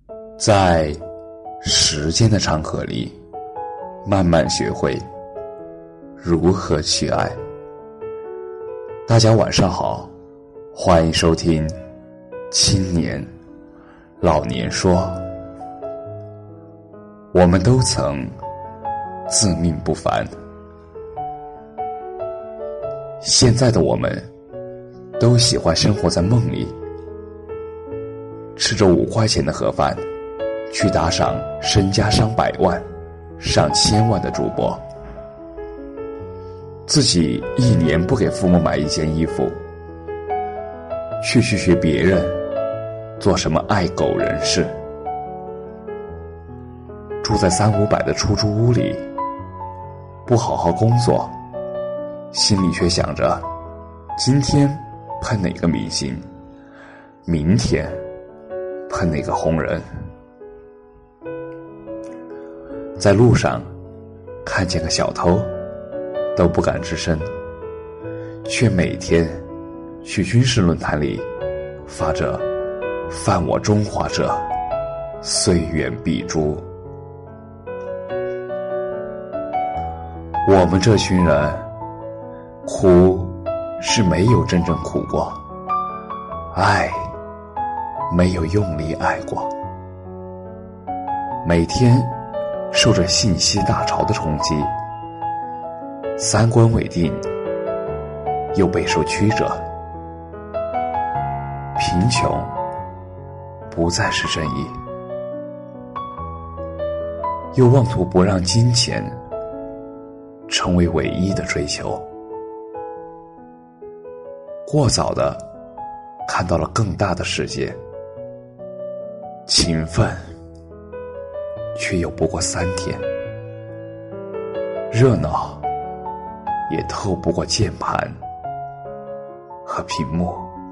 在时间的长河里，慢慢学会如何去爱。大家晚上好，欢迎收听青年老年说。我们都曾自命不凡，现在的我们都喜欢生活在梦里，吃着5块钱的盒饭，去打赏身家上百万、上千万的主播，自己1年不给父母买1件衣服，去学别人做什么爱狗人士，住在300-500的出租屋里，不好好工作，心里却想着今天喷哪个明星，明天喷哪个红人。在路上看见个小偷都不敢吱声，却每天去军事论坛里发着犯我中华者，虽远必诛。我们这群人苦是没有真正苦过，爱没有用力爱过，每天受着信息大潮的冲击，三观未定，又备受曲折，贫穷不再是正义，又妄图不让金钱成为唯一的追求，过早的看到了更大的世界，勤奋却又不过3天，热闹也透不过键盘和屏幕，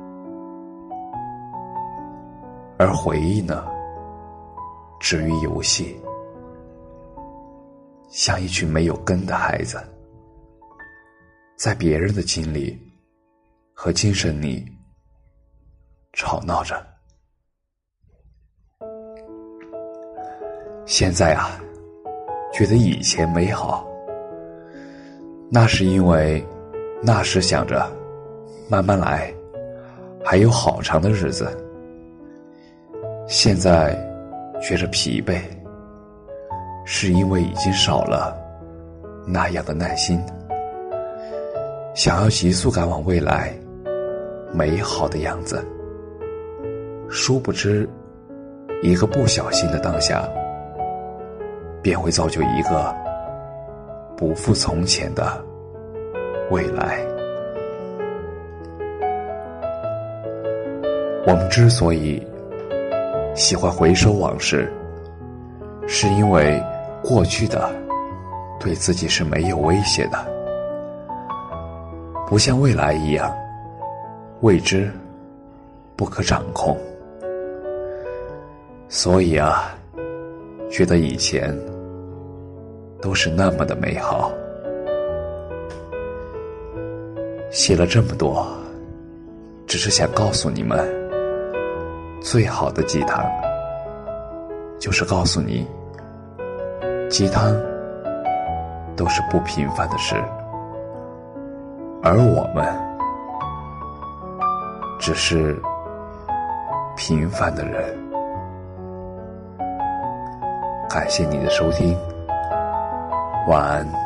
而回忆呢，止于游戏，像一群没有根的孩子，在别人的经历和精神里吵闹着。现在啊，觉得以前美好，那是因为那时想着慢慢来，还有好长的日子。现在觉着疲惫，是因为已经少了那样的耐心，想要急速赶往未来美好的样子，殊不知一个不小心的当下，便会造就一个不复从前的未来。我们之所以喜欢回首往事，是因为过去的对自己是没有威胁的，不像未来一样未知不可掌控。所以啊，觉得以前都是那么的美好。写了这么多，只是想告诉你们，最好的鸡汤就是告诉你，鸡汤都是不平凡的事，而我们只是平凡的人。感谢你的收听，晚安。